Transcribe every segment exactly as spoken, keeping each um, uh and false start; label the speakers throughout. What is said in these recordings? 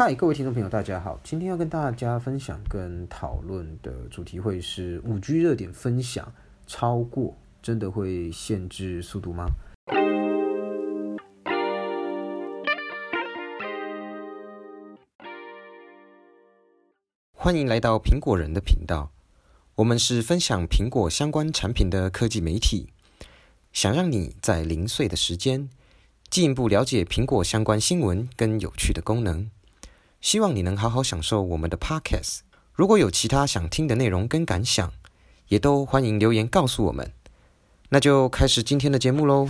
Speaker 1: 嗨，各位听众朋友，大家好。今天要跟大家分享跟讨论的主题会是 五 G 热点分享超过真的会限制速度吗？
Speaker 2: 欢迎来到苹果人的频道，我们是分享苹果相关产品的科技媒体，想让你在零碎的时间进一步了解苹果相关新闻跟有趣的功能。希望你能好好享受我们的 podcast。 如果有其他想听的内容跟感想，也都欢迎留言告诉我们。那就开始今天的节目咯。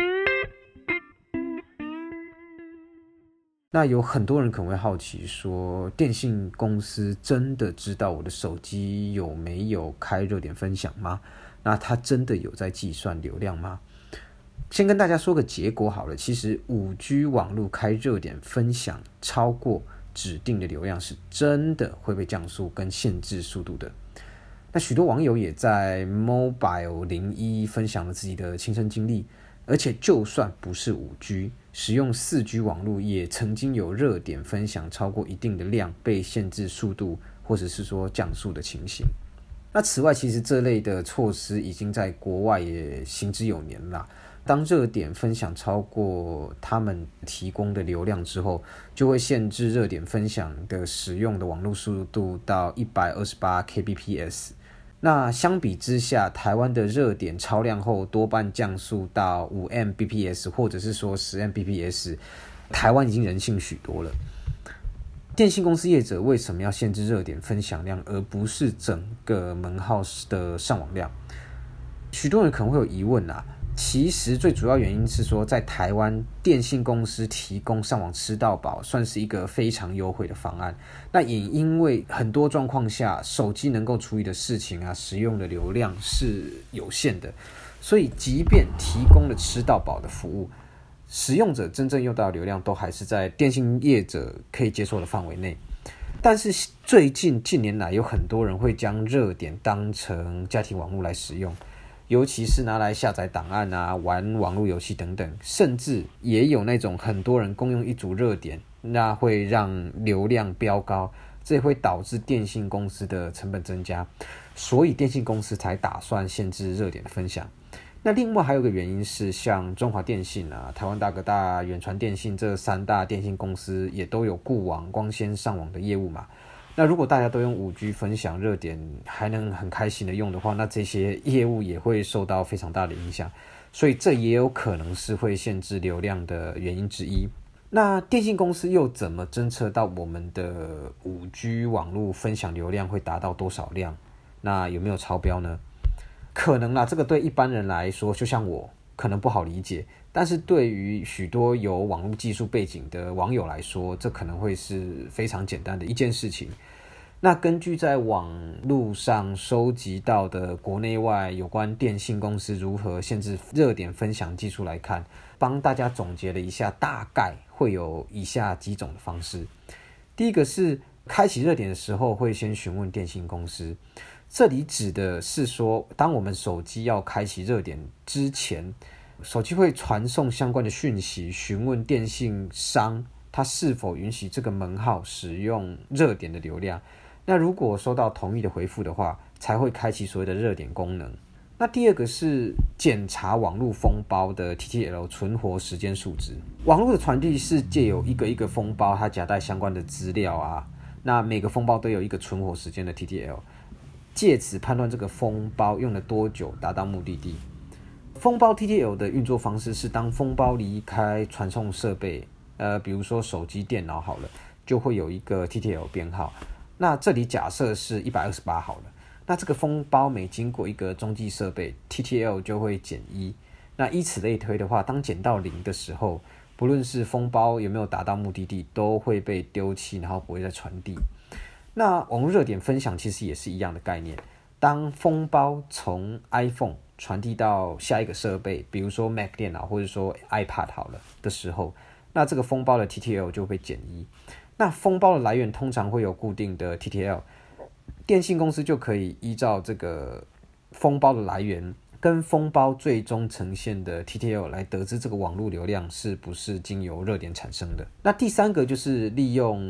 Speaker 1: 那有很多人可能会好奇说，电信公司真的知道我的手机有没有开热点分享吗？那它真的有在计算流量吗？先跟大家说个结果好了，其实 五 G 网络开热点分享超过指定的流量是真的会被降速跟限制速度的。那许多网友也在 Mobile 零一分享了自己的亲身经历，而且就算不是 五 G， 使用 四 G 网络也曾经有热点分享超过一定的量被限制速度或者是说降速的情形。那此外，其实这类的措施已经在国外也行之有年了。当热点分享超过他们提供的流量之后，就会限制热点分享的使用的网络速度到 一百二十八 K B P S。 那相比之下，台湾的热点超量后多半降速到 五 M B P S 或者是说 十 M B P S， 台湾已经人性许多了。电信公司业者为什么要限制热点分享量，而不是整个门号的上网量？许多人可能会有疑问啊。其实最主要原因是说，在台湾电信公司提供上网吃到饱算是一个非常优惠的方案。那也因为很多状况下手机能够处理的事情啊，使用的流量是有限的，所以即便提供了吃到饱的服务，使用者真正用到的流量都还是在电信业者可以接受的范围内。但是最近近年来有很多人会将热点当成家庭网络来使用，尤其是拿来下载档案啊、玩网络游戏等等，甚至也有那种很多人共用一组热点，那会让流量飙高，这也会导致电信公司的成本增加，所以电信公司才打算限制热点的分享。那另外还有个原因是，像中华电信啊、台湾大哥大、远传电信这三大电信公司也都有固网、光纤上网的业务嘛。那如果大家都用 五 G 分享热点还能很开心的用的话，那这些业务也会受到非常大的影响，所以这也有可能是会限制流量的原因之一。那电信公司又怎么侦测到我们的 五 G 网络分享流量会达到多少量？那有没有超标呢？可能啦，这个对一般人来说，就像我可能不好理解，但是对于许多有网络技术背景的网友来说，这可能会是非常简单的一件事情。那根据在网络上收集到的国内外有关电信公司如何限制热点分享技术来看，帮大家总结了一下，大概会有以下几种的方式。第一个是开启热点的时候会先询问电信公司，这里指的是说，当我们手机要开启热点之前，手机会传送相关的讯息，询问电信商他是否允许这个门号使用热点的流量。那如果收到同意的回复的话，才会开启所谓的热点功能。那第二个是检查网络封包的 T T L 存活时间数值。网络的传递是借由一个一个封包，它夹带相关的资料啊，那每个封包都有一个存活时间的 T T L， 借此判断这个封包用了多久达到目的地。封包 T T L 的运作方式是，当封包离开传送设备，呃，比如说手机、电脑好了，就会有一个 T T L 编号。那这里假设是一百二十八好了，那这个封包每经过一个中继设备 T T L 就会减一。那以此类推的话，当减到零的时候，不论是封包有没有达到目的地，都会被丢弃，然后不会再传递。那网络热点分享其实也是一样的概念，当封包从 iPhone 传递到下一个设备，比如说 Mac 电脑或者说 iPad 好了的时候，那这个封包的 T T L 就会减一。那封包的来源通常会有固定的 T T L， 电信公司就可以依照这个封包的来源跟封包最终呈现的 T T L 来得知这个网络流量是不是经由热点产生的。那第三个就是利用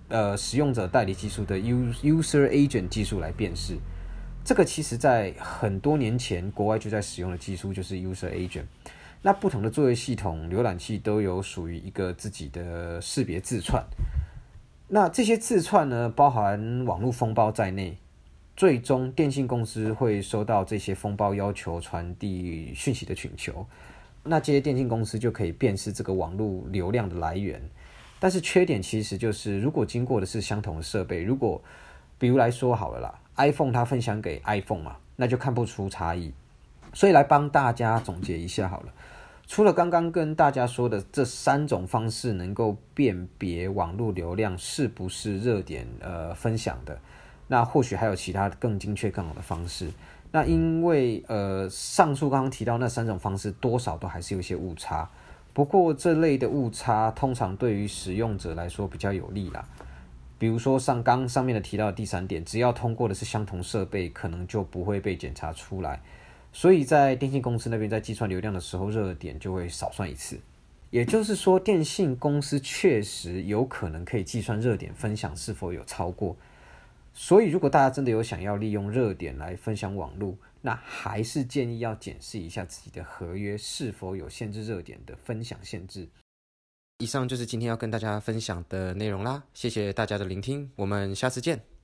Speaker 1: 呃使用者代理技术的 User Agent 技术来辨识。这个其实在很多年前国外就在使用的技术，就是 User Agent。那不同的作业系统、浏览器都有属于一个自己的识别字串。那这些字串呢，包含网络封包在内。最终，电信公司会收到这些封包要求传递讯息的请求。那这些电信公司就可以辨识这个网络流量的来源。但是缺点其实就是，如果经过的是相同的设备，如果比如来说好了啦 ，iPhone 它分享给 iPhone 嘛，那就看不出差异。所以来帮大家总结一下好了。除了刚刚跟大家说的这三种方式能够辨别网络流量是不是热点呃分享的，那或许还有其他更精确更好的方式。那因为呃上述刚刚提到那三种方式多少都还是有一些误差，不过这类的误差通常对于使用者来说比较有利啦。比如说上刚上面的提到的第三点，只要通过的是相同设备，可能就不会被检查出来。所以在电信公司那边在计算流量的时候，热点就会少算一次。也就是说，电信公司确实有可能可以计算热点分享是否有超过。所以如果大家真的有想要利用热点来分享网路，那还是建议要检视一下自己的合约是否有限制热点的分享限制。
Speaker 2: 以上就是今天要跟大家分享的内容啦，谢谢大家的聆听，我们下次见。